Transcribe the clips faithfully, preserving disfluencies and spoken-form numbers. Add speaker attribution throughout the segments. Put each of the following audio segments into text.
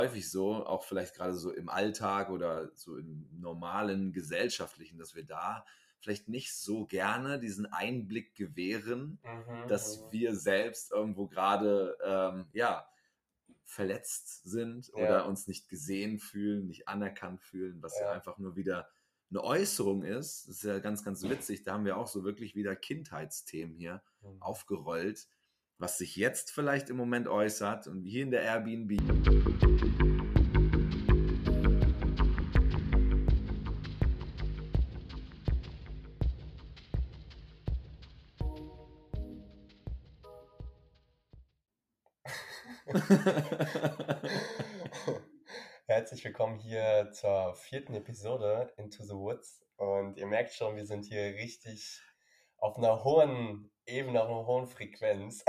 Speaker 1: häufig so, auch vielleicht gerade so im Alltag oder so im normalen gesellschaftlichen, dass wir da vielleicht nicht so gerne diesen Einblick gewähren,
Speaker 2: Mhm,
Speaker 1: dass
Speaker 2: mhm.
Speaker 1: wir selbst irgendwo gerade ähm, ja, verletzt sind oder
Speaker 2: Ja,
Speaker 1: uns nicht gesehen fühlen, nicht anerkannt fühlen, was ja
Speaker 2: ja.
Speaker 1: einfach nur wieder eine Äußerung ist. Das ist ja ganz, ganz witzig. Da haben wir auch so wirklich wieder Kindheitsthemen hier
Speaker 2: Mhm.
Speaker 1: aufgerollt, was sich jetzt vielleicht im Moment äußert. Und hier in der Airbnb.
Speaker 2: Herzlich willkommen hier zur vierten Episode Into the Woods. Und ihr merkt schon, wir sind hier richtig auf einer hohen Ebene, auf einer hohen Frequenz.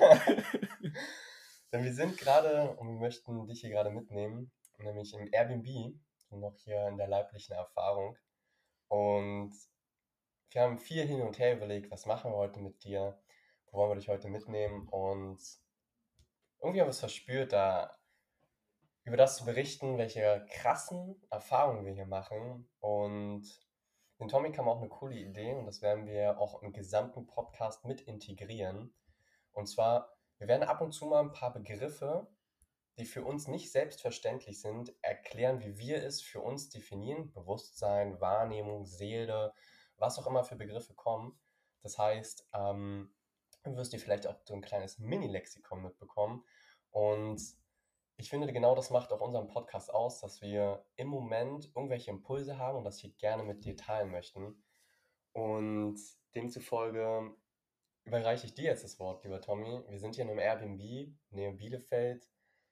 Speaker 2: Denn wir sind gerade und wir möchten dich hier gerade mitnehmen, nämlich im Airbnb und noch hier in der leiblichen Erfahrung. Und wir haben viel hin und her überlegt, was machen wir heute mit dir, wo wollen wir dich heute mitnehmen, und irgendwie haben wir es verspürt, da über das zu berichten, welche krassen Erfahrungen wir hier machen. Und den Tommy kam auch eine coole Idee, und das werden wir auch im gesamten Podcast mit integrieren. Und zwar, wir werden ab und zu mal ein paar Begriffe, die für uns nicht selbstverständlich sind, erklären, wie wir es für uns definieren. Bewusstsein, Wahrnehmung, Seele, was auch immer für Begriffe kommen. Das heißt, ähm, du wirst dir vielleicht auch so ein kleines Mini-Lexikon mitbekommen. Und ich finde, genau das macht auch unseren Podcast aus, dass wir im Moment irgendwelche Impulse haben und das hier gerne mit dir teilen möchten. Und demzufolge überreiche ich dir jetzt das Wort, lieber Tommy. Wir sind hier in einem Airbnb, nähe Bielefeld.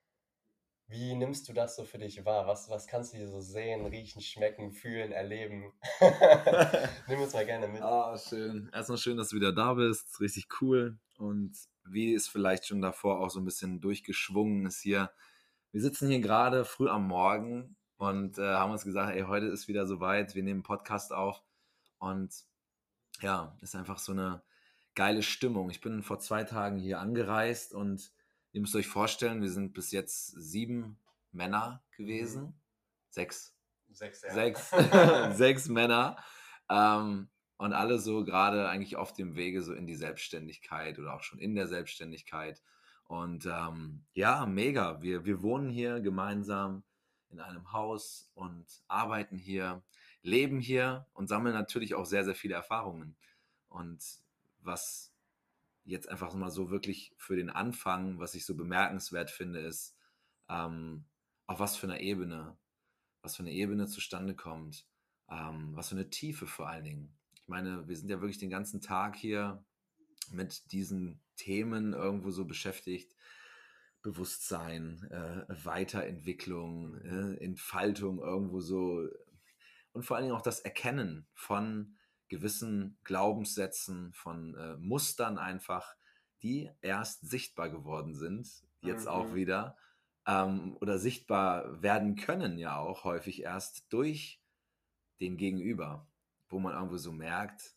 Speaker 2: Wie nimmst du das so für dich wahr? Was, was kannst du hier so sehen, riechen, schmecken, fühlen, erleben? Nimm uns mal gerne mit.
Speaker 1: Ah, schön. Erstmal schön, dass du wieder da bist. Richtig cool. Und wie es vielleicht schon davor auch so ein bisschen durchgeschwungen ist hier. Wir sitzen hier gerade früh am Morgen und äh, haben uns gesagt, ey, heute ist wieder soweit. Wir nehmen einen Podcast auf. Und ja, ist einfach so eine geile Stimmung. Ich bin vor zwei Tagen hier angereist und ihr müsst euch vorstellen, wir sind bis jetzt sieben Männer
Speaker 2: Mhm.
Speaker 1: gewesen. Sechs.
Speaker 2: Sechs, ja.
Speaker 1: Sechs. Sechs Männer. Ähm, und alle so gerade eigentlich auf dem Wege so in die Selbstständigkeit oder auch schon in der Selbstständigkeit. Und ähm, ja, mega. Wir, wir wohnen hier gemeinsam in einem Haus und arbeiten hier, leben hier und sammeln natürlich auch sehr, sehr viele Erfahrungen. Und was jetzt einfach mal so wirklich für den Anfang, was ich so bemerkenswert finde, ist, ähm, auf was für einer Ebene, was für eine Ebene zustande kommt, ähm, was für eine Tiefe vor allen Dingen. Ich meine, wir sind ja wirklich den ganzen Tag hier mit diesen Themen irgendwo so beschäftigt. Bewusstsein, äh, Weiterentwicklung,
Speaker 2: Mhm.
Speaker 1: äh, Entfaltung irgendwo so und vor allen Dingen auch das Erkennen von gewissen Glaubenssätzen, von äh, Mustern einfach, die erst sichtbar geworden sind, jetzt auch
Speaker 2: Mhm.
Speaker 1: wieder, ähm, oder sichtbar werden können ja auch häufig erst durch den Gegenüber, wo man irgendwo so merkt,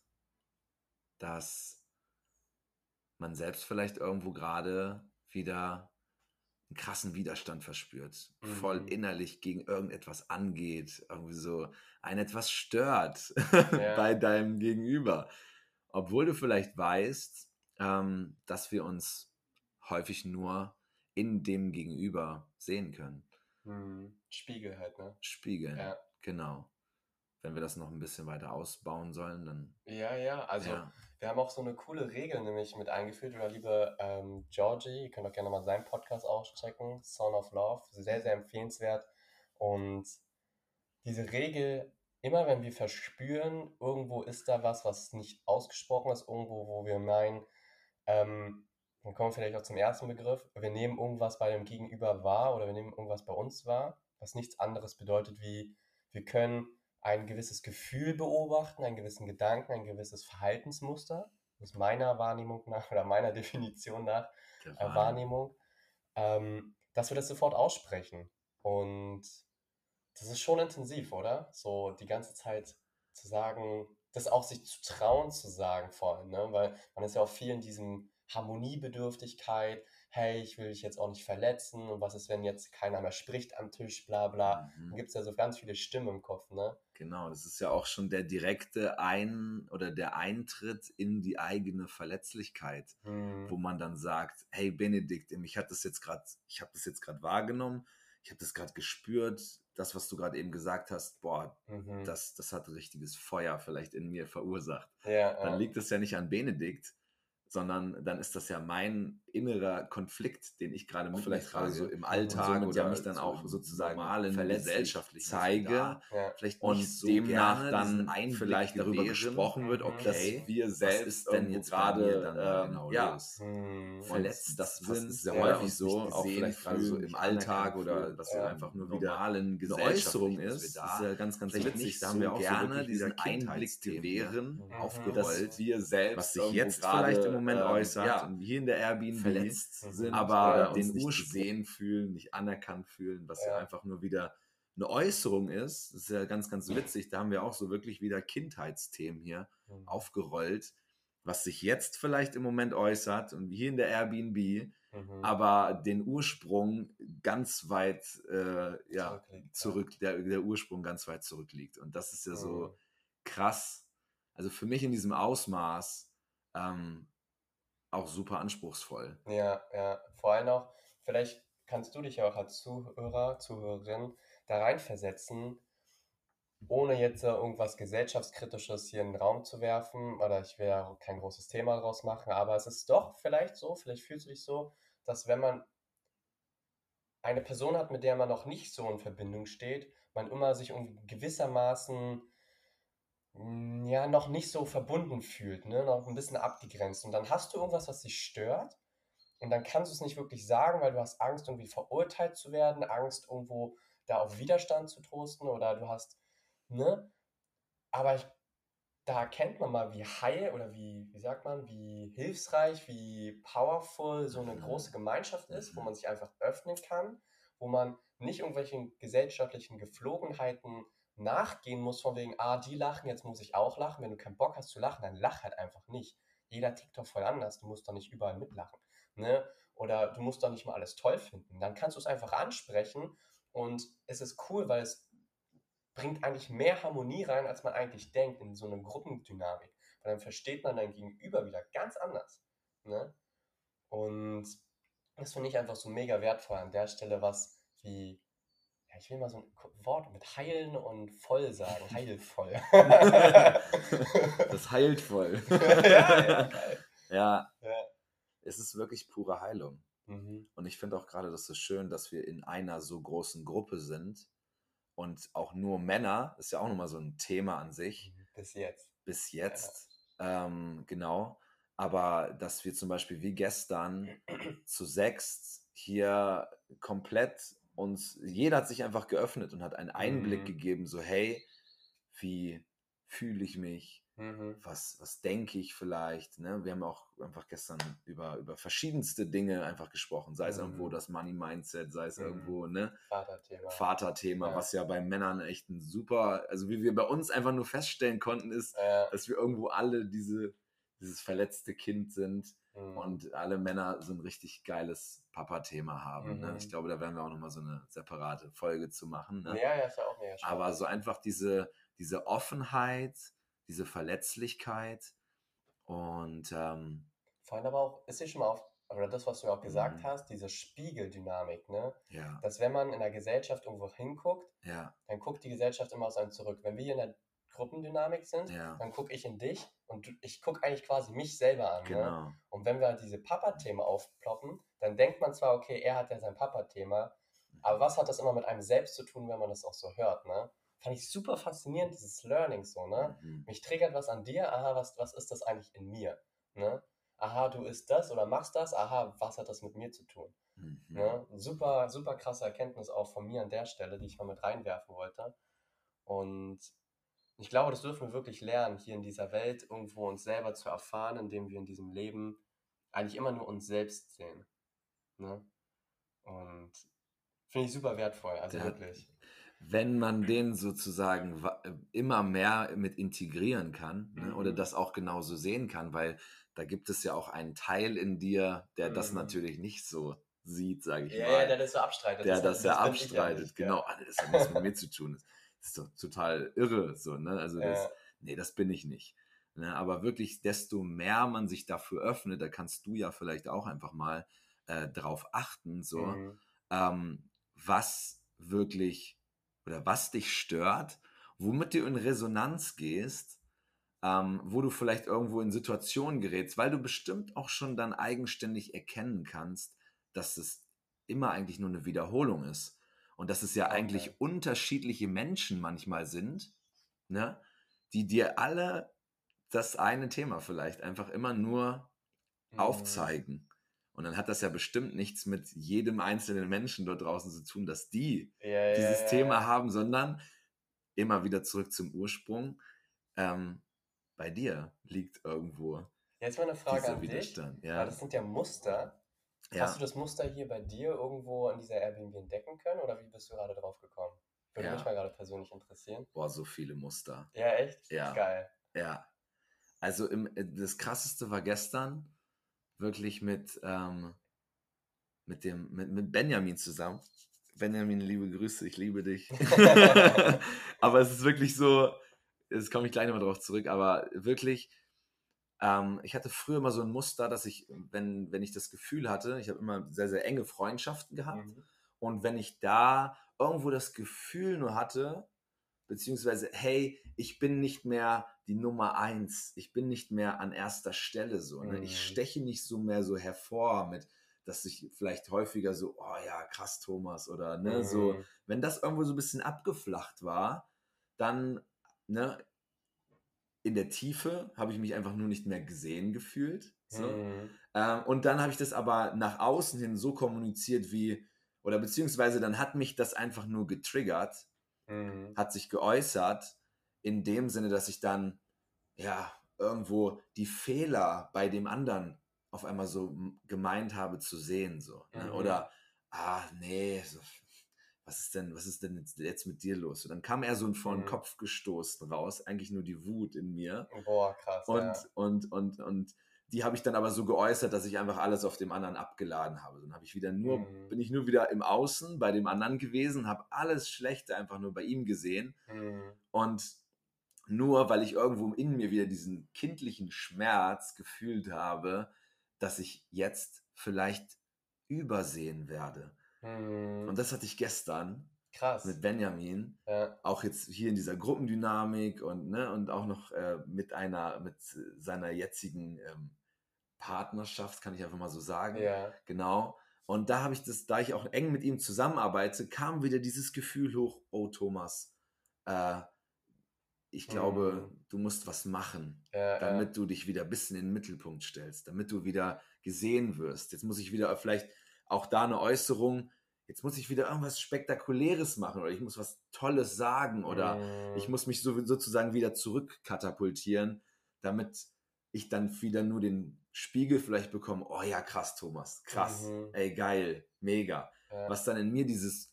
Speaker 1: dass man selbst vielleicht irgendwo gerade wieder einen krassen Widerstand verspürt, voll
Speaker 2: Mhm.
Speaker 1: innerlich gegen irgendetwas angeht, irgendwie so ein etwas stört bei
Speaker 2: Ja.
Speaker 1: deinem Gegenüber. Obwohl du vielleicht weißt, ähm, dass wir uns häufig nur in dem Gegenüber sehen können.
Speaker 2: Mhm. Spiegel halt, ne?
Speaker 1: Spiegeln,
Speaker 2: Ja.
Speaker 1: genau. Wenn wir das noch ein bisschen weiter ausbauen sollen, dann
Speaker 2: Ja, ja, also
Speaker 1: ja.
Speaker 2: wir haben auch so eine coole Regel nämlich mit eingeführt, oder liebe ähm, Georgie, ihr könnt auch gerne mal seinen Podcast auschecken, Son of Love, sehr, sehr empfehlenswert. Und diese Regel, immer wenn wir verspüren, irgendwo ist da was, was nicht ausgesprochen ist, irgendwo, wo wir meinen, ähm, dann kommen wir vielleicht auch zum ersten Begriff, wir nehmen irgendwas bei dem Gegenüber wahr oder wir nehmen irgendwas bei uns wahr, was nichts anderes bedeutet wie, wir können ein gewisses Gefühl beobachten, einen gewissen Gedanken, ein gewisses Verhaltensmuster, aus meiner Wahrnehmung nach oder meiner Definition nach
Speaker 1: Der
Speaker 2: äh,
Speaker 1: Wahrnehmung.
Speaker 2: Wahrnehmung, ähm, dass wir das sofort aussprechen. Und das ist schon intensiv, oder? So die ganze Zeit zu sagen, das auch sich zu trauen zu sagen vor allem, ne? Weil man ist ja auch viel in diesem Harmoniebedürftigkeit. hey, ich will dich jetzt auch nicht verletzen und was ist, wenn jetzt keiner mehr spricht am Tisch, bla bla. Dann
Speaker 1: Mhm.
Speaker 2: gibt es ja so ganz viele Stimmen im Kopf, ne?
Speaker 1: Genau, das ist ja auch schon der direkte Ein- oder der Eintritt in die eigene Verletzlichkeit,
Speaker 2: Mhm.
Speaker 1: wo man dann sagt, hey Benedikt, ich habe das jetzt gerade, ich habe das jetzt gerade wahrgenommen, ich habe das gerade gespürt, das, was du gerade eben gesagt hast, boah,
Speaker 2: Mhm.
Speaker 1: das, das hat richtiges Feuer vielleicht in mir verursacht.
Speaker 2: Ja,
Speaker 1: Dann
Speaker 2: ja.
Speaker 1: liegt es ja nicht an Benedikt, sondern dann ist das ja mein innerer Konflikt, den ich gerade mit
Speaker 3: vielleicht gerade so
Speaker 1: mittrage
Speaker 3: im
Speaker 1: und
Speaker 3: Alltag
Speaker 1: somit ja
Speaker 3: oder
Speaker 1: mich dann
Speaker 3: so
Speaker 1: auch
Speaker 3: im
Speaker 1: sozusagen
Speaker 3: normalen
Speaker 1: verletzlich
Speaker 3: gesellschaftlichen
Speaker 1: zeige
Speaker 3: da
Speaker 2: Ja.
Speaker 3: vielleicht
Speaker 1: und
Speaker 3: nicht so
Speaker 1: demnach
Speaker 3: gerne
Speaker 1: dann
Speaker 3: diesen Einblick
Speaker 1: vielleicht darüber
Speaker 3: gewähren,
Speaker 1: gesprochen wird,
Speaker 2: Mhm.
Speaker 1: okay,
Speaker 3: dass wir
Speaker 1: was
Speaker 3: selbst
Speaker 1: ist denn
Speaker 3: irgendwo
Speaker 1: jetzt bei mir
Speaker 3: gerade
Speaker 1: dann da
Speaker 3: ähm,
Speaker 1: genau
Speaker 3: ja,
Speaker 1: los?
Speaker 2: Mhm.
Speaker 1: Und
Speaker 3: verletzt
Speaker 1: das, das
Speaker 3: sind,
Speaker 1: ist sehr
Speaker 2: ja,
Speaker 1: häufig
Speaker 3: uns
Speaker 1: so,
Speaker 3: nicht
Speaker 1: auch
Speaker 3: gesehen
Speaker 1: vielleicht gerade so
Speaker 3: fühlen,
Speaker 1: im
Speaker 3: nicht
Speaker 1: Alltag
Speaker 3: anerkannt
Speaker 1: oder
Speaker 3: fühlen,
Speaker 1: was
Speaker 3: ja,
Speaker 1: so einfach nur wieder
Speaker 3: normalen
Speaker 1: eine Äußerung
Speaker 3: gesellschaftlichen, dass wir
Speaker 1: ist. Das
Speaker 3: da
Speaker 1: ist ja ganz, ganz
Speaker 3: vielleicht
Speaker 1: witzig.
Speaker 3: nicht
Speaker 1: Da haben wir
Speaker 3: so
Speaker 1: auch so
Speaker 3: gerne
Speaker 1: wirklich wieder
Speaker 3: diesen Einblick
Speaker 1: Kindheitsthemen
Speaker 3: gewähren,
Speaker 2: Mhm.
Speaker 3: aufgerollt,
Speaker 2: Mhm.
Speaker 3: wir selbst
Speaker 1: was sich
Speaker 3: irgendwo
Speaker 1: jetzt vielleicht im
Speaker 3: gerade,
Speaker 1: Moment
Speaker 3: ähm,
Speaker 1: äußert,
Speaker 3: ja,
Speaker 1: und hier in der Airbnb,
Speaker 3: verletzt
Speaker 2: Mhm.
Speaker 3: sind
Speaker 1: aber
Speaker 3: oder
Speaker 1: den
Speaker 3: uns nicht
Speaker 1: Ursprung
Speaker 3: gesehen
Speaker 1: fühlen, nicht anerkannt fühlen, was ja
Speaker 2: Ja.
Speaker 1: einfach nur wieder eine Äußerung ist. Das ist ja ganz, ganz witzig. Da haben wir auch so wirklich wieder Kindheitsthemen hier
Speaker 2: Mhm.
Speaker 1: aufgerollt, was sich jetzt vielleicht im Moment äußert und hier in der Airbnb,
Speaker 2: Mhm.
Speaker 1: aber den Ursprung ganz weit äh, ja,
Speaker 2: Zurückliegt,
Speaker 1: zurück, der, der Ursprung ganz weit zurückliegt. Und das ist ja
Speaker 2: Mhm.
Speaker 1: so krass. Also für mich in diesem Ausmaß ähm, auch super anspruchsvoll.
Speaker 2: Ja, ja. Vor allem auch, vielleicht kannst du dich ja auch als Zuhörer, Zuhörerin da reinversetzen, ohne jetzt äh, irgendwas gesellschaftskritisches hier in den Raum zu werfen, oder ich will ja auch kein großes Thema daraus machen, aber es ist doch vielleicht so, vielleicht fühlst du dich so, dass wenn man eine Person hat, mit der man noch nicht so in Verbindung steht, man immer sich irgendwie gewissermaßen mm, ja noch nicht so verbunden fühlt, ne? Noch ein bisschen abgegrenzt. Und dann hast du irgendwas, was dich stört. Und dann kannst du es nicht wirklich sagen, weil du hast Angst, irgendwie verurteilt zu werden, Angst, irgendwo da auf Widerstand zu trosten oder du hast, ne? Aber ich, da erkennt man mal, wie heil oder wie, wie sagt man, wie hilfsreich, wie powerful so eine
Speaker 1: Mhm.
Speaker 2: große Gemeinschaft ist, wo
Speaker 1: Mhm.
Speaker 2: man sich einfach öffnen kann, wo man nicht irgendwelchen gesellschaftlichen Geflogenheiten nachgehen muss, von wegen, ah, die lachen, jetzt muss ich auch lachen. Wenn du keinen Bock hast zu lachen, dann lach halt einfach nicht. Jeder tickt doch voll anders, du musst doch nicht überall mitlachen. Ne? Oder du musst doch nicht mal alles toll finden. Dann kannst du es einfach ansprechen und es ist cool, weil es bringt eigentlich mehr Harmonie rein, als man eigentlich denkt, in so eine Gruppendynamik. Weil dann versteht man dein Gegenüber wieder ganz anders. Ne? Und das finde ich einfach so mega wertvoll an der Stelle, was wie, ja, ich will mal so ein Ko- Wort mit heilen und voll sagen, heilvoll.
Speaker 1: Das heilt voll.
Speaker 2: ja, ja, geil.
Speaker 1: Ja,
Speaker 2: Ja.
Speaker 1: es ist wirklich pure Heilung.
Speaker 2: Mhm.
Speaker 1: Und ich finde auch gerade das so schön, dass wir in einer so großen Gruppe sind und auch nur Männer, ist ja auch nochmal so ein Thema an sich,
Speaker 2: Bis jetzt.
Speaker 1: bis jetzt, ähm, genau. Aber dass wir zum Beispiel wie gestern zu sechst hier komplett uns, jeder hat sich einfach geöffnet und hat einen Einblick
Speaker 2: Mhm.
Speaker 1: gegeben, so hey, wie fühle ich mich,
Speaker 2: Mhm.
Speaker 1: was, was denke ich vielleicht, ne? Wir haben auch einfach gestern über, über verschiedenste Dinge einfach gesprochen, sei es
Speaker 2: Mhm.
Speaker 1: irgendwo das Money-Mindset, sei es
Speaker 2: Mhm.
Speaker 1: irgendwo, ne?
Speaker 2: Vaterthema.
Speaker 1: Vaterthema,
Speaker 2: Ja.
Speaker 1: was ja bei Männern echt ein super, also wie wir bei uns einfach nur feststellen konnten, ist,
Speaker 2: Ja.
Speaker 1: dass wir irgendwo alle diese, dieses verletzte Kind sind
Speaker 2: Mhm.
Speaker 1: und alle Männer so ein richtig geiles Papa-Thema haben. Ne?
Speaker 2: Mhm.
Speaker 1: Ich glaube, da werden wir auch nochmal so eine separate Folge zu machen. Ne?
Speaker 2: Ja, ja, ist ja auch mega spannend.
Speaker 1: Aber so einfach diese, diese Offenheit, diese Verletzlichkeit und ähm,
Speaker 2: Vor allem aber auch, ist dir schon mal auf, oder das, was du auch gesagt
Speaker 1: Mhm.
Speaker 2: hast, diese Spiegeldynamik, ne?
Speaker 1: ja,
Speaker 2: Dass wenn man in der Gesellschaft irgendwo hinguckt,
Speaker 1: ja,
Speaker 2: dann guckt die Gesellschaft immer aus einem zurück. Wenn wir hier in der Gruppendynamik sind,
Speaker 1: ja,
Speaker 2: dann gucke ich in dich und du, ich gucke eigentlich quasi mich selber an. Ne?
Speaker 1: genau.
Speaker 2: Und wenn wir halt diese Papa-Themen aufploppen, dann denkt man zwar, okay, er hat ja sein Papa-Thema, aber was hat das immer mit einem selbst zu tun, wenn man das auch so hört, ne? Fand ich super faszinierend, dieses Learning so, ne?
Speaker 1: Mhm.
Speaker 2: Mich triggert was an dir, aha, was, was ist das eigentlich in mir, ne? Aha, du isst das oder machst das, aha, was hat das mit mir zu tun?
Speaker 1: Mhm.
Speaker 2: Ne? Super, super krasse Erkenntnis auch von mir an der Stelle, die ich mal mit reinwerfen wollte. Und ich glaube, das dürfen wir wirklich lernen, hier in dieser Welt irgendwo uns selber zu erfahren, indem wir in diesem Leben eigentlich immer nur uns selbst sehen. Ne? Und finde ich super wertvoll, also
Speaker 1: Der hat-
Speaker 2: wirklich.
Speaker 1: Wenn man den sozusagen wa- immer mehr mit integrieren kann, ne,
Speaker 2: Mhm.
Speaker 1: oder das auch genauso sehen kann, weil da gibt es ja auch einen Teil in dir, der das
Speaker 2: Mhm.
Speaker 1: natürlich nicht so sieht, sage ich
Speaker 2: Ja,
Speaker 1: mal.
Speaker 2: ja, der das so abstreitet.
Speaker 1: Der
Speaker 2: Das,
Speaker 1: das ja
Speaker 2: das bin ich ja
Speaker 1: abstreitet,
Speaker 2: nicht,
Speaker 1: genau.
Speaker 2: ja.
Speaker 1: Alter, das hat nichts mit mir zu tun. Das ist doch total irre, so, ne? Also das,
Speaker 2: Ja.
Speaker 1: nee, das bin ich nicht. Ne? Aber wirklich, desto mehr man sich dafür öffnet, da kannst du ja vielleicht auch einfach mal äh, drauf achten, so,
Speaker 2: Mhm.
Speaker 1: ähm, was wirklich oder was dich stört, womit du in Resonanz gehst, ähm, wo du vielleicht irgendwo in Situationen gerätst, weil du bestimmt auch schon dann eigenständig erkennen kannst, dass es immer eigentlich nur eine Wiederholung ist und dass es ja
Speaker 2: Okay.
Speaker 1: eigentlich unterschiedliche Menschen manchmal sind, ne, die dir alle das eine Thema vielleicht einfach immer nur
Speaker 2: Mhm.
Speaker 1: aufzeigen. Und dann hat das ja bestimmt nichts mit jedem einzelnen Menschen dort draußen zu tun, dass die
Speaker 2: Ja, ja,
Speaker 1: dieses
Speaker 2: ja,
Speaker 1: Thema
Speaker 2: ja.
Speaker 1: haben, sondern immer wieder zurück zum Ursprung. Ähm, bei dir liegt irgendwo
Speaker 2: Jetzt mal eine Frage
Speaker 1: dieser
Speaker 2: an dich,
Speaker 1: Widerstand.
Speaker 2: weil das
Speaker 1: Ja,
Speaker 2: sind ja Muster. Hast du
Speaker 1: ja,
Speaker 2: das Muster hier bei dir irgendwo in dieser Airbnb entdecken können oder wie bist du gerade drauf gekommen? Würde mich mal
Speaker 1: ja.
Speaker 2: gerade persönlich interessieren.
Speaker 1: Boah, so viele Muster.
Speaker 2: Ja, echt?
Speaker 1: Ja,
Speaker 2: Geil.
Speaker 1: ja. Also im, äh, das Krasseste war gestern wirklich mit, ähm, mit, dem, mit, mit Benjamin zusammen. Benjamin, liebe Grüße, ich liebe dich. Aber es ist wirklich so, jetzt komme ich gleich nochmal drauf zurück, aber wirklich, ähm, ich hatte früher immer so ein Muster, dass ich, wenn, wenn ich das Gefühl hatte, ich habe immer sehr, sehr enge Freundschaften gehabt
Speaker 2: Mhm.
Speaker 1: und wenn ich da irgendwo das Gefühl nur hatte, beziehungsweise, hey, ich bin nicht mehr die Nummer eins, ich bin nicht mehr an erster Stelle so, ne? Ich
Speaker 2: Mhm.
Speaker 1: steche nicht so mehr so hervor mit, dass ich vielleicht häufiger so, oh ja, krass, Thomas, oder ne, so,
Speaker 2: Mhm.
Speaker 1: wenn das irgendwo so ein bisschen abgeflacht war, dann, ne, in der Tiefe habe ich mich einfach nur nicht mehr gesehen gefühlt, so.
Speaker 2: Mhm.
Speaker 1: Ähm, und dann habe ich das aber nach außen hin so kommuniziert wie, oder beziehungsweise dann hat mich das einfach nur getriggert,
Speaker 2: Mhm.
Speaker 1: hat sich geäußert, in dem Sinne, dass ich dann ja irgendwo die Fehler bei dem anderen auf einmal so m- gemeint habe zu sehen, so, ne?
Speaker 2: Mhm.
Speaker 1: Oder, ah, nee, so, was ist denn, was ist denn jetzt, jetzt mit dir los? Und dann kam er so ein vor den
Speaker 2: Mhm.
Speaker 1: Kopf gestoßen raus, eigentlich nur die Wut in mir.
Speaker 2: Boah, krass, ja.
Speaker 1: Und, und, und, und die habe ich dann aber so geäußert, dass ich einfach alles auf dem anderen abgeladen habe. Dann habe ich wieder nur,
Speaker 2: Mhm.
Speaker 1: bin ich nur wieder im Außen bei dem anderen gewesen, habe alles Schlechte einfach nur bei ihm gesehen.
Speaker 2: Mhm.
Speaker 1: Und nur weil ich irgendwo in mir wieder diesen kindlichen Schmerz gefühlt habe, dass ich jetzt vielleicht übersehen werde.
Speaker 2: Mhm.
Speaker 1: Und das hatte ich gestern
Speaker 2: Krass.
Speaker 1: mit Benjamin,
Speaker 2: Ja.
Speaker 1: auch jetzt hier in dieser Gruppendynamik und, ne, und auch noch äh, mit einer, mit seiner jetzigen ähm, Partnerschaft, kann ich einfach mal so sagen.
Speaker 2: Ja.
Speaker 1: Genau. Und da habe ich das, da ich auch eng mit ihm zusammenarbeite, kam wieder dieses Gefühl hoch, oh Thomas, äh, ich glaube,
Speaker 2: Mhm.
Speaker 1: du musst was machen,
Speaker 2: Ja, ja.
Speaker 1: damit du dich wieder ein bisschen in den Mittelpunkt stellst, damit du wieder gesehen wirst. Jetzt muss ich wieder vielleicht auch da eine Äußerung, jetzt muss ich wieder irgendwas Spektakuläres machen oder ich muss was Tolles sagen oder ich
Speaker 2: Mhm.
Speaker 1: muss mich so, sozusagen wieder zurückkatapultieren, damit ich dann wieder nur den Spiegel vielleicht bekomme, oh ja, krass, Thomas, krass,
Speaker 2: Mhm.
Speaker 1: ey, geil, mega.
Speaker 2: Ja.
Speaker 1: Was dann in mir dieses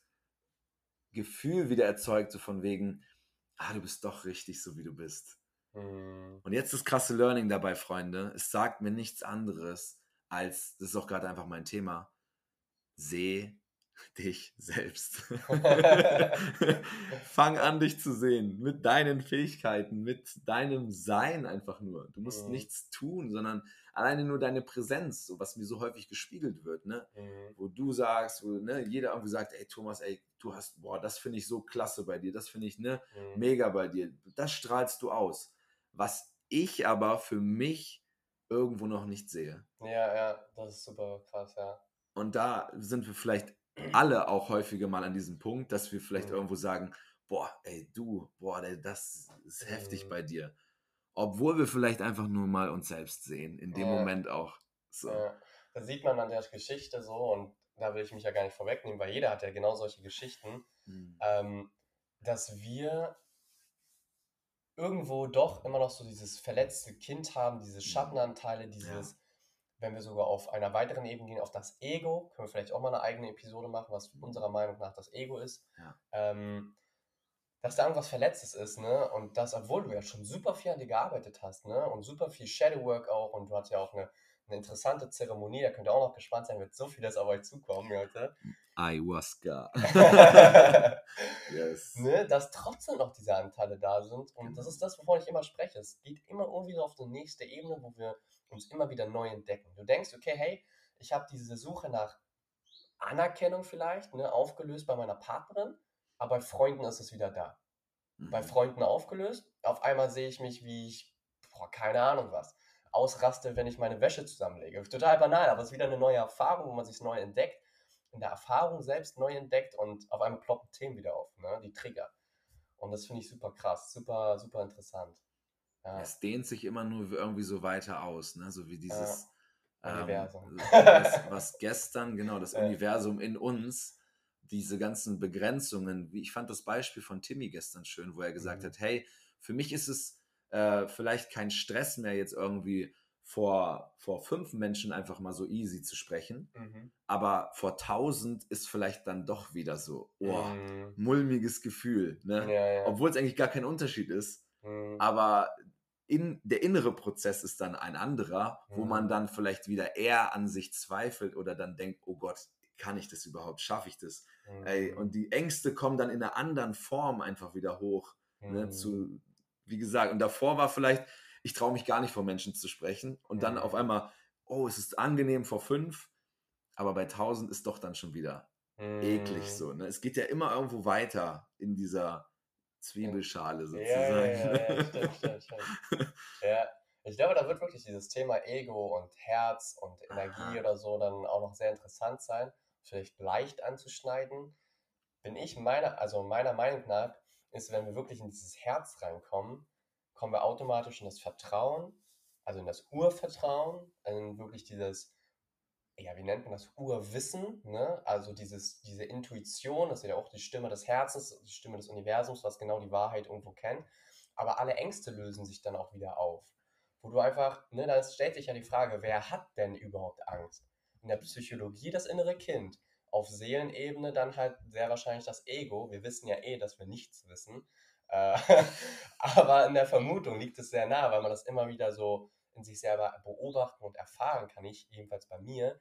Speaker 1: Gefühl wieder erzeugt, so von wegen, ah, du bist doch richtig, so wie du bist.
Speaker 2: Mhm.
Speaker 1: Und jetzt das krasse Learning dabei, Freunde. Es sagt mir nichts anderes als, das ist auch gerade einfach mein Thema, seh dich selbst. Fang an, dich zu sehen, mit deinen Fähigkeiten, mit deinem Sein einfach nur. Du musst
Speaker 2: Mhm.
Speaker 1: nichts tun, sondern alleine nur deine Präsenz, so was mir so häufig gespiegelt wird, ne?
Speaker 2: Mhm.
Speaker 1: Wo du sagst, wo ne, jeder irgendwie sagt, ey Thomas, ey, du hast, boah, das finde ich so klasse bei dir, das finde ich, ne,
Speaker 2: Mhm.
Speaker 1: mega bei dir, das strahlst du aus. Was ich aber für mich irgendwo noch nicht sehe.
Speaker 2: Ja, ja, das ist super krass, ja.
Speaker 1: Und da sind wir vielleicht alle auch häufiger mal an diesem Punkt, dass wir vielleicht
Speaker 2: Mhm.
Speaker 1: irgendwo sagen, boah, ey, du, boah, ey, das ist heftig
Speaker 2: Mhm.
Speaker 1: bei dir. Obwohl wir vielleicht einfach nur mal uns selbst sehen, in dem
Speaker 2: Ja,
Speaker 1: Moment auch. So.
Speaker 2: ja. Das sieht man an der Geschichte so und da will ich mich ja gar nicht vorwegnehmen, weil jeder hat ja genau solche Geschichten,
Speaker 1: Hm.
Speaker 2: ähm, dass wir irgendwo doch immer noch so dieses verletzte Kind haben, diese Schattenanteile,
Speaker 1: Ja,
Speaker 2: dieses, wenn wir sogar auf einer weiteren Ebene gehen, auf das Ego, können wir vielleicht auch mal eine eigene Episode machen, was unserer Meinung nach das Ego ist.
Speaker 1: ja.
Speaker 2: Ähm, dass da irgendwas Verletztes ist, ne? Und das, obwohl du ja schon super viel an dir gearbeitet hast, ne? Und super viel Shadowwork auch und du hattest ja auch eine, eine interessante Zeremonie, da könnt ihr auch noch gespannt sein, wird so vieles auf euch zukommen heute.
Speaker 1: Ayahuasca. Yes.
Speaker 2: Ne, dass trotzdem noch diese Anteile da sind. Und das
Speaker 1: Genau.
Speaker 2: ist das, wovon ich immer spreche. Es geht immer irgendwie so auf die nächste Ebene, wo wir uns immer wieder neu entdecken. Du denkst, okay, hey, ich habe diese Suche nach Anerkennung vielleicht, ne, aufgelöst bei meiner Partnerin, aber bei Freunden ist es wieder da. Bei
Speaker 1: Mhm.
Speaker 2: Freunden aufgelöst, auf einmal sehe ich mich, wie ich, boah, keine Ahnung was, ausraste, wenn ich meine Wäsche zusammenlege. Total banal, aber es ist wieder eine neue Erfahrung, wo man sich neu entdeckt, in der Erfahrung selbst neu entdeckt und auf einmal ploppen Themen wieder auf, ne, die Trigger. Und das finde ich super krass, super, super interessant. Ja,
Speaker 1: Es dehnt sich immer nur irgendwie so weiter aus, ne? So wie
Speaker 2: ja,
Speaker 1: dieses, ähm,
Speaker 2: Universum.
Speaker 1: was, was gestern, genau, das
Speaker 2: Ja.
Speaker 1: Universum in uns, diese ganzen Begrenzungen, wie ich fand das Beispiel von Timmy gestern schön, wo er gesagt
Speaker 2: Mhm.
Speaker 1: hat, hey, für mich ist es äh, vielleicht kein Stress mehr, jetzt irgendwie vor, vor fünf Menschen einfach mal so easy zu sprechen,
Speaker 2: Mhm.
Speaker 1: aber vor tausend ist vielleicht dann doch wieder so, oh,
Speaker 2: Mhm.
Speaker 1: mulmiges Gefühl,
Speaker 2: Ja,
Speaker 1: ne?
Speaker 2: ja.
Speaker 1: Obwohl es eigentlich gar kein Unterschied ist,
Speaker 2: Mhm.
Speaker 1: aber in, der innere Prozess ist dann ein anderer, wo man
Speaker 2: Mhm.
Speaker 1: dann vielleicht wieder eher an sich zweifelt oder dann denkt, oh Gott, kann ich das überhaupt, schaffe ich das? Ey,
Speaker 2: Mhm.
Speaker 1: und die Ängste kommen dann in einer anderen Form einfach wieder hoch. Ne,
Speaker 2: Mhm.
Speaker 1: zu, wie gesagt, und davor war vielleicht, ich traue mich gar nicht vor Menschen zu sprechen und dann auf
Speaker 2: Mhm.
Speaker 1: einmal, oh, es ist angenehm vor fünf, aber bei tausend ist doch dann schon wieder eklig
Speaker 2: Mhm.
Speaker 1: so. Ne? Es geht ja immer irgendwo weiter in dieser
Speaker 2: Ja,
Speaker 1: Zwiebelschale
Speaker 2: ja, ja,
Speaker 1: sozusagen.
Speaker 2: ja, ja, stimmt, stimmt, stimmt. Ja, ich glaube, da wird wirklich dieses Thema Ego und Herz und Energie
Speaker 1: Aha.
Speaker 2: oder so dann auch noch sehr interessant sein, vielleicht leicht anzuschneiden. Bin ich meiner, also meiner Meinung nach, ist, wenn wir wirklich in dieses Herz reinkommen, kommen wir automatisch in das Vertrauen, also in das Urvertrauen, in wirklich dieses, ja, wie nennt man das, Urwissen, ne? Also dieses, diese Intuition, das ist ja auch die Stimme des Herzens, die Stimme des Universums, was genau die Wahrheit irgendwo kennt. Aber alle Ängste lösen sich dann auch wieder auf. Wo du einfach, ne, da stellt sich ja die Frage, wer hat denn überhaupt Angst? In der Psychologie das innere Kind. Auf Seelenebene dann halt sehr wahrscheinlich das Ego. Wir wissen ja eh, dass wir nichts wissen. Äh, aber in der Vermutung liegt es sehr nah, weil man das immer wieder so in sich selber beobachten und erfahren kann. Ich, jedenfalls bei mir,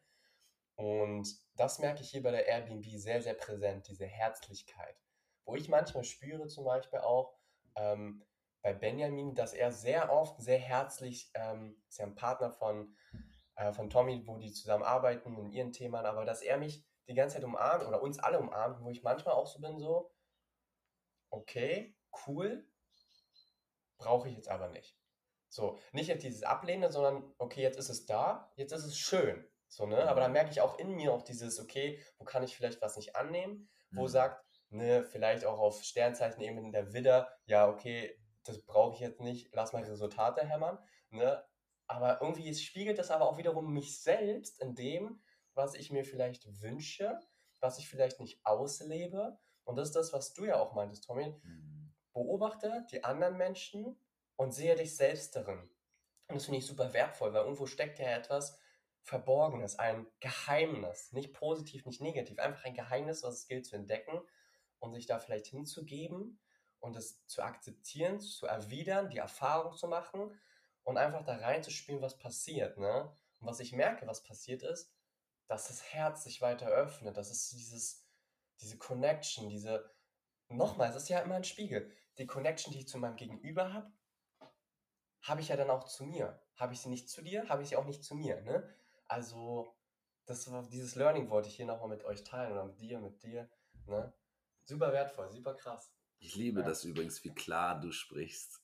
Speaker 2: und das merke ich hier bei der Airbnb sehr, sehr präsent, diese Herzlichkeit. Wo ich manchmal spüre zum Beispiel auch ähm, bei Benjamin, dass er sehr oft sehr herzlich, ähm, ist ja ein Partner von, äh, von Tommy, wo die zusammen arbeiten in ihren Themen, aber dass er mich die ganze Zeit umarmt oder uns alle umarmt, wo ich manchmal auch so bin, so, okay, cool, brauche ich jetzt aber nicht. So, nicht jetzt dieses Ablehnen, sondern okay, jetzt ist es da, jetzt ist es schön. So, ne? Aber dann
Speaker 1: Mhm.
Speaker 2: merke ich auch in mir auch dieses, okay, wo kann ich vielleicht was nicht annehmen? Wo
Speaker 1: Mhm.
Speaker 2: sagt, ne, vielleicht auch auf Sternzeichen-Ebene der Widder, ja, okay, das brauche ich jetzt nicht, lass mal Resultate hämmern. Ne? Aber irgendwie es spiegelt das aber auch wiederum mich selbst in dem, was ich mir vielleicht wünsche, was ich vielleicht nicht auslebe. Und das ist das, was du ja auch meintest, Tommy.
Speaker 1: Mhm.
Speaker 2: Beobachte die anderen Menschen und sehe dich selbst darin. Und das finde ich super wertvoll, weil irgendwo steckt ja etwas Verborgenes, ein Geheimnis. Nicht positiv, nicht negativ, einfach ein Geheimnis, was es gilt zu entdecken und sich da vielleicht hinzugeben und es zu akzeptieren, zu erwidern, die Erfahrung zu machen und einfach da reinzuspielen, was passiert. Ne? Und was ich merke, was passiert ist, dass das Herz sich weiter öffnet, dass es dieses, diese Connection, diese, nochmal, es ist ja immer ein Spiegel. Die Connection, die ich zu meinem Gegenüber habe, habe ich ja dann auch zu mir. Habe ich sie nicht zu dir, habe ich sie auch nicht zu mir. Ne? Also, das war, dieses Learning wollte ich hier nochmal mit euch teilen oder mit dir, mit dir. Ne? Super wertvoll, super krass.
Speaker 1: Ich liebe
Speaker 2: Ja.
Speaker 1: das übrigens, wie klar du sprichst.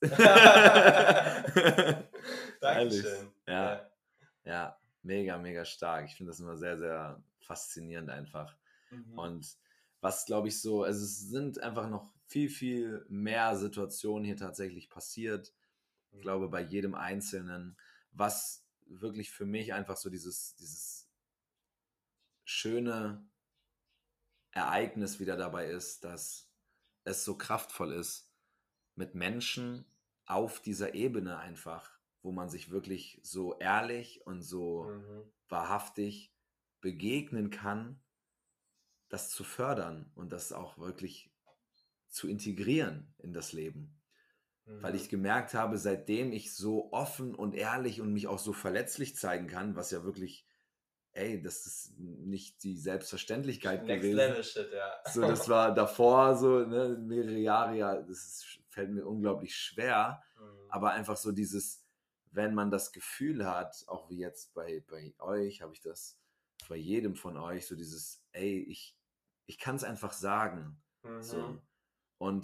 Speaker 1: Ehrlich.
Speaker 2: Dankeschön.
Speaker 1: Ja,
Speaker 2: Ja.
Speaker 1: ja, mega, mega stark. Ich finde das immer sehr, sehr faszinierend einfach.
Speaker 2: Mhm.
Speaker 1: Und was, glaube ich, so, also es sind einfach noch viel, viel mehr Situationen hier tatsächlich passiert. Ich glaube,
Speaker 2: Mhm.
Speaker 1: bei jedem Einzelnen, was wirklich für mich einfach so dieses, dieses schöne Ereignis wieder dabei ist, dass es so kraftvoll ist, mit Menschen auf dieser Ebene einfach, wo man sich wirklich so ehrlich und so
Speaker 2: Mhm.
Speaker 1: wahrhaftig begegnen kann, das zu fördern und das auch wirklich zu integrieren in das Leben.
Speaker 2: Mhm.
Speaker 1: Weil ich gemerkt habe, seitdem ich so offen und ehrlich und mich auch so verletzlich zeigen kann, was ja wirklich, ey, das ist nicht die Selbstverständlichkeit
Speaker 2: Next
Speaker 1: gewesen.
Speaker 2: Level Shit, ja.
Speaker 1: So, das war davor so, ne, mehrere Jahre, ja, das ist, fällt mir unglaublich schwer,
Speaker 2: Mhm.
Speaker 1: aber einfach so dieses, wenn man das Gefühl hat, auch wie jetzt bei, bei euch, habe ich das bei jedem von euch, so dieses, ey, ich, ich kann es einfach sagen,
Speaker 2: Mhm.
Speaker 1: so, und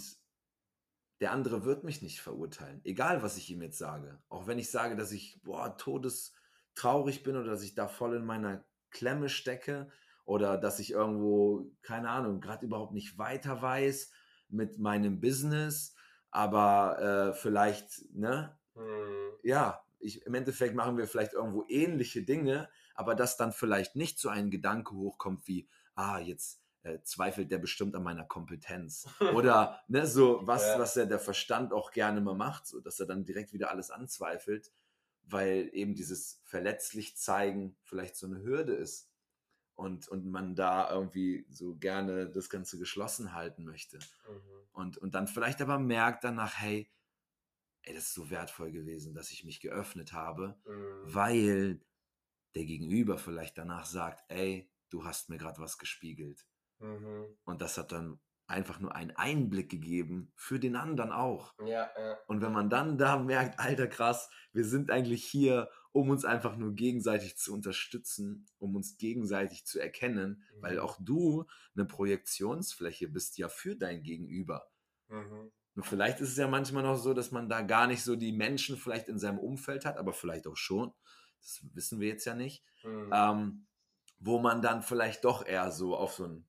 Speaker 1: der andere wird mich nicht verurteilen, egal was ich ihm jetzt sage. Auch wenn ich sage, dass ich, boah, todestraurig bin oder dass ich da voll in meiner Klemme stecke oder dass ich irgendwo, keine Ahnung, gerade überhaupt nicht weiter weiß mit meinem Business, aber äh, vielleicht, ne,
Speaker 2: Mhm.
Speaker 1: ja, ich, im Endeffekt machen wir vielleicht irgendwo ähnliche Dinge, aber dass dann vielleicht nicht so ein Gedanke hochkommt wie, ah, jetzt äh, zweifelt der bestimmt an meiner Kompetenz. Oder ne, so was,
Speaker 2: Ja.
Speaker 1: was ja der Verstand auch gerne mal macht, so dass er dann direkt wieder alles anzweifelt, weil eben dieses verletzlich zeigen vielleicht so eine Hürde ist und, und man da irgendwie so gerne das Ganze geschlossen halten möchte.
Speaker 2: Mhm.
Speaker 1: Und, und dann vielleicht aber merkt danach, hey, ey, das ist so wertvoll gewesen, dass ich mich geöffnet habe,
Speaker 2: Mhm.
Speaker 1: weil der Gegenüber vielleicht danach sagt, ey, du hast mir gerade was gespiegelt.
Speaker 2: Mhm.
Speaker 1: Und das hat dann einfach nur einen Einblick gegeben für den anderen auch.
Speaker 2: Ja, ja.
Speaker 1: Und wenn man dann da merkt, alter krass, wir sind eigentlich hier, um uns einfach nur gegenseitig zu unterstützen, um uns gegenseitig zu erkennen,
Speaker 2: Mhm.
Speaker 1: weil auch du eine Projektionsfläche bist ja für dein Gegenüber.
Speaker 2: Mhm.
Speaker 1: Und vielleicht ist es ja manchmal noch so, dass man da gar nicht so die Menschen vielleicht in seinem Umfeld hat, aber vielleicht auch schon, das wissen wir jetzt ja nicht,
Speaker 2: Mhm.
Speaker 1: ähm, wo man dann vielleicht doch eher so auf so ein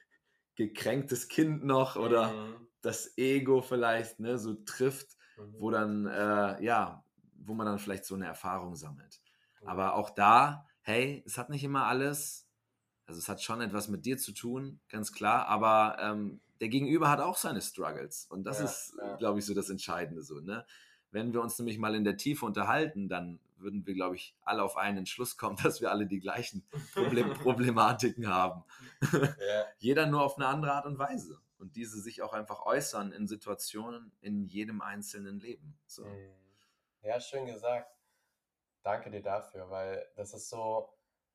Speaker 1: gekränktes Kind noch oder
Speaker 2: Mhm.
Speaker 1: das Ego vielleicht ne, so trifft,
Speaker 2: Mhm.
Speaker 1: wo dann, äh, ja, wo man dann vielleicht so eine Erfahrung sammelt.
Speaker 2: Mhm.
Speaker 1: Aber auch da, hey, es hat nicht immer alles, also es hat schon etwas mit dir zu tun, ganz klar, aber ähm, der Gegenüber hat auch seine Struggles und das
Speaker 2: Ja,
Speaker 1: ist,
Speaker 2: ja.
Speaker 1: glaube ich, so das Entscheidende so, ne? Wenn wir uns nämlich mal in der Tiefe unterhalten, dann würden wir, glaube ich, alle auf einen Entschluss kommen, dass wir alle die gleichen Problem Problematiken haben.
Speaker 2: Ja.
Speaker 1: Jeder nur auf eine andere Art und Weise und diese sich auch einfach äußern in Situationen in jedem einzelnen Leben. So.
Speaker 2: Mhm. Ja, schön gesagt. Danke dir dafür, weil das ist so,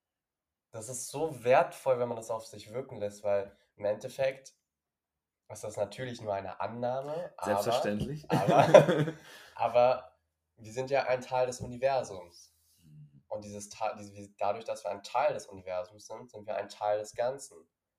Speaker 2: das ist so wertvoll, wenn man das auf sich wirken lässt, weil im Endeffekt ist das natürlich nur eine Annahme, aber,
Speaker 1: Selbstverständlich.
Speaker 2: aber, aber wir sind ja ein Teil des Universums. Und dieses, Ta- diese- dadurch, dass wir ein Teil des Universums sind, sind wir ein Teil des Ganzen.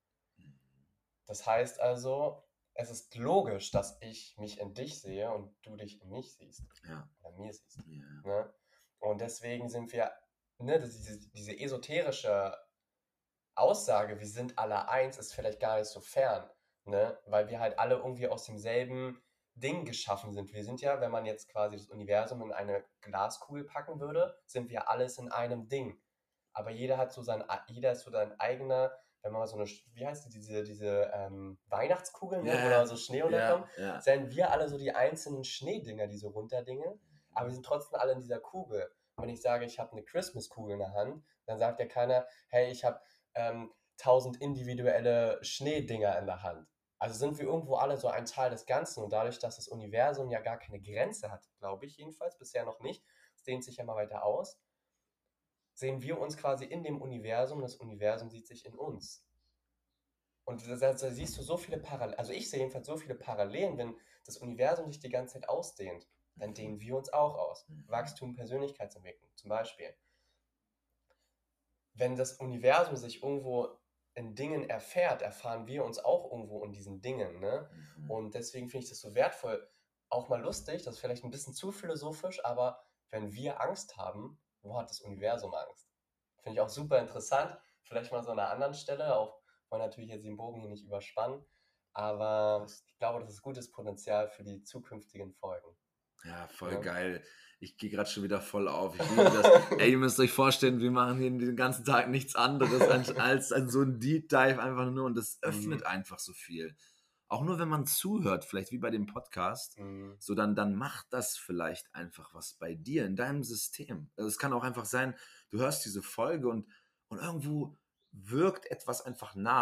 Speaker 2: Das heißt also, es ist logisch, dass ich mich in dich sehe und du dich in mich siehst.
Speaker 1: Ja.
Speaker 2: Oder mir siehst.
Speaker 1: Ja.
Speaker 2: Ne? Und deswegen sind wir, ne, das- diese, diese esoterische Aussage, wir sind alle eins, ist vielleicht gar nicht so fern, ne? Weil wir halt alle irgendwie aus demselben Ding geschaffen sind. Wir sind ja, wenn man jetzt quasi das Universum in eine Glaskugel packen würde, sind wir alles in einem Ding. Aber jeder hat so sein, jeder ist so sein eigener, wenn man mal so eine, wie heißt die, diese, diese ähm, Weihnachtskugeln, ne, wo da so Schnee runterkommt,
Speaker 1: ja, ja.
Speaker 2: sind wir alle so die einzelnen Schneedinger, die so runterdingen, aber wir sind trotzdem alle in dieser Kugel. Wenn ich sage, ich habe eine Christmas-Kugel in der Hand, dann sagt ja keiner, hey, ich habe ähm, tausend individuelle Schneedinger in der Hand. Also sind wir irgendwo alle so ein Teil des Ganzen und dadurch, dass das Universum ja gar keine Grenze hat, glaube ich jedenfalls, bisher noch nicht, es dehnt sich ja mal weiter aus, sehen wir uns quasi in dem Universum, das Universum sieht sich in uns. Und da, da siehst du so viele Parallelen, also ich sehe jedenfalls so viele Parallelen, wenn das Universum sich die ganze Zeit ausdehnt, dann dehnen wir uns auch aus. Wachstum, Persönlichkeitsentwicklung zum Beispiel. Wenn das Universum sich irgendwo in Dingen erfährt, erfahren wir uns auch irgendwo in diesen Dingen. Ne?
Speaker 1: Mhm.
Speaker 2: Und deswegen finde ich das so wertvoll. Auch mal lustig, das ist vielleicht ein bisschen zu philosophisch, aber wenn wir Angst haben, wo hat das Universum Angst? Finde ich auch super interessant. Vielleicht mal so an einer anderen Stelle, auch wollen natürlich jetzt den Bogen hier nicht überspannen, aber ich glaube, das ist gutes Potenzial für die zukünftigen Folgen.
Speaker 1: Ja, voll
Speaker 2: Ne?
Speaker 1: geil. Ich gehe gerade schon wieder voll auf. Ich liebe das. Ey, ihr müsst euch vorstellen, wir machen hier den ganzen Tag nichts anderes als, als, als so ein Deep Dive einfach nur und das öffnet
Speaker 2: Mhm.
Speaker 1: einfach so viel. Auch nur wenn man zuhört, vielleicht wie bei dem Podcast,
Speaker 2: Mhm.
Speaker 1: so dann, dann macht das vielleicht einfach was bei dir, in deinem System. Also es kann auch einfach sein, du hörst diese Folge und, und irgendwo wirkt etwas einfach nach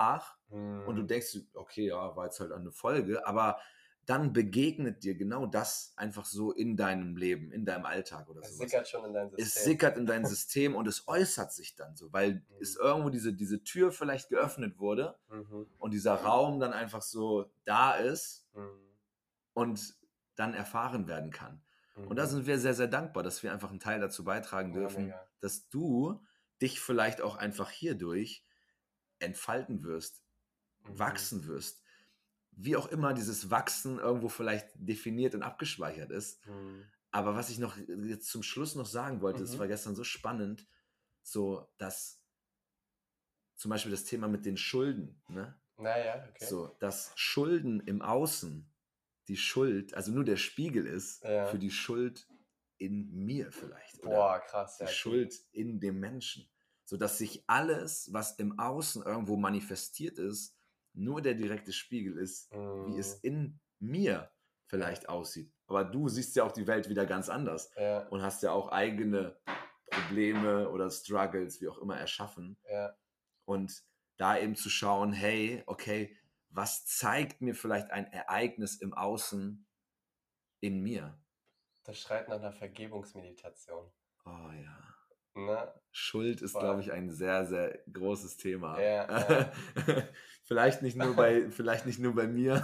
Speaker 1: und du
Speaker 2: Mhm.
Speaker 1: denkst, okay, ja, war jetzt halt eine Folge, aber dann begegnet dir genau das einfach so in deinem Leben, in deinem Alltag oder
Speaker 2: Es
Speaker 1: sowas.
Speaker 2: sickert schon in dein
Speaker 1: Es
Speaker 2: System.
Speaker 1: sickert in dein System und es äußert sich dann so, weil es
Speaker 2: Mhm.
Speaker 1: irgendwo diese, diese Tür vielleicht geöffnet wurde
Speaker 2: Mhm.
Speaker 1: und dieser Raum dann einfach so da ist
Speaker 2: Mhm.
Speaker 1: und dann erfahren werden kann. Und da
Speaker 2: Mhm.
Speaker 1: sind wir sehr, sehr dankbar, dass wir einfach einen Teil dazu beitragen
Speaker 2: Ja,
Speaker 1: dürfen,
Speaker 2: mega.
Speaker 1: dass du dich vielleicht auch einfach hierdurch entfalten wirst,
Speaker 2: Mhm.
Speaker 1: wachsen wirst. Wie auch immer dieses Wachsen irgendwo vielleicht definiert und abgespeichert ist.
Speaker 2: Mhm.
Speaker 1: Aber was ich noch jetzt zum Schluss noch sagen wollte, es
Speaker 2: Mhm.
Speaker 1: war gestern so spannend, so dass zum Beispiel das Thema mit den Schulden, ne?
Speaker 2: Na ja, okay.
Speaker 1: So, dass Schulden im Außen die Schuld, also nur der Spiegel ist für
Speaker 2: Ja.
Speaker 1: die Schuld in mir vielleicht oder
Speaker 2: Boah, krass,
Speaker 1: die
Speaker 2: ja, deep.
Speaker 1: Schuld in dem Menschen. So dass sich alles, was im Außen irgendwo manifestiert ist, nur der direkte Spiegel ist, wie es
Speaker 2: Mhm.
Speaker 1: in mir vielleicht aussieht. Aber du siehst ja auch die Welt wieder ganz anders
Speaker 2: Ja,
Speaker 1: und hast ja auch eigene Probleme oder Struggles, wie auch immer, erschaffen.
Speaker 2: ja.
Speaker 1: Und da eben zu schauen, hey, okay, was zeigt mir vielleicht ein Ereignis im Außen in mir?
Speaker 2: Das schreit nach einer Vergebungsmeditation,
Speaker 1: Oh ja.
Speaker 2: ne?
Speaker 1: Schuld ist, glaube
Speaker 2: Voll.
Speaker 1: ich, ein sehr, sehr großes Thema.
Speaker 2: Ja, ja.
Speaker 1: vielleicht nicht nur bei, vielleicht nicht nur bei mir.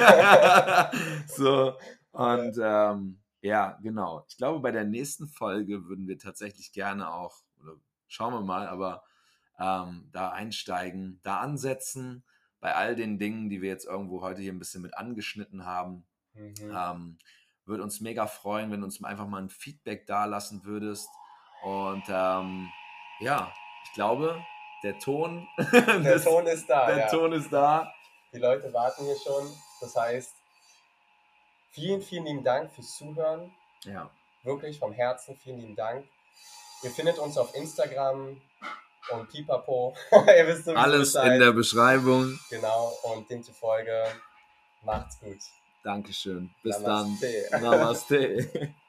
Speaker 1: so,
Speaker 2: Ja.
Speaker 1: und ähm, ja, genau. Ich glaube, bei der nächsten Folge würden wir tatsächlich gerne auch, oder schauen wir mal, aber ähm, da einsteigen, da ansetzen, bei all den Dingen, die wir jetzt irgendwo heute hier ein bisschen mit angeschnitten haben.
Speaker 2: Mhm.
Speaker 1: Ähm, würde uns mega freuen, wenn du uns einfach mal ein Feedback da lassen würdest. Und ähm, ja, ich glaube, der Ton,
Speaker 2: Der
Speaker 1: das,
Speaker 2: Ton ist da,
Speaker 1: der
Speaker 2: ja.
Speaker 1: Ton ist da.
Speaker 2: Die Leute warten hier schon. Das heißt, vielen, vielen lieben Dank fürs Zuhören.
Speaker 1: Ja,
Speaker 2: Wirklich vom Herzen vielen lieben Dank. Ihr findet uns auf Instagram und Pipapo. Ihr wisst sowieso
Speaker 1: alles in
Speaker 2: Bescheid.
Speaker 1: der Beschreibung.
Speaker 2: Genau, und demzufolge macht's gut.
Speaker 1: Dankeschön. Bis
Speaker 2: Namaste.
Speaker 1: dann. Namaste.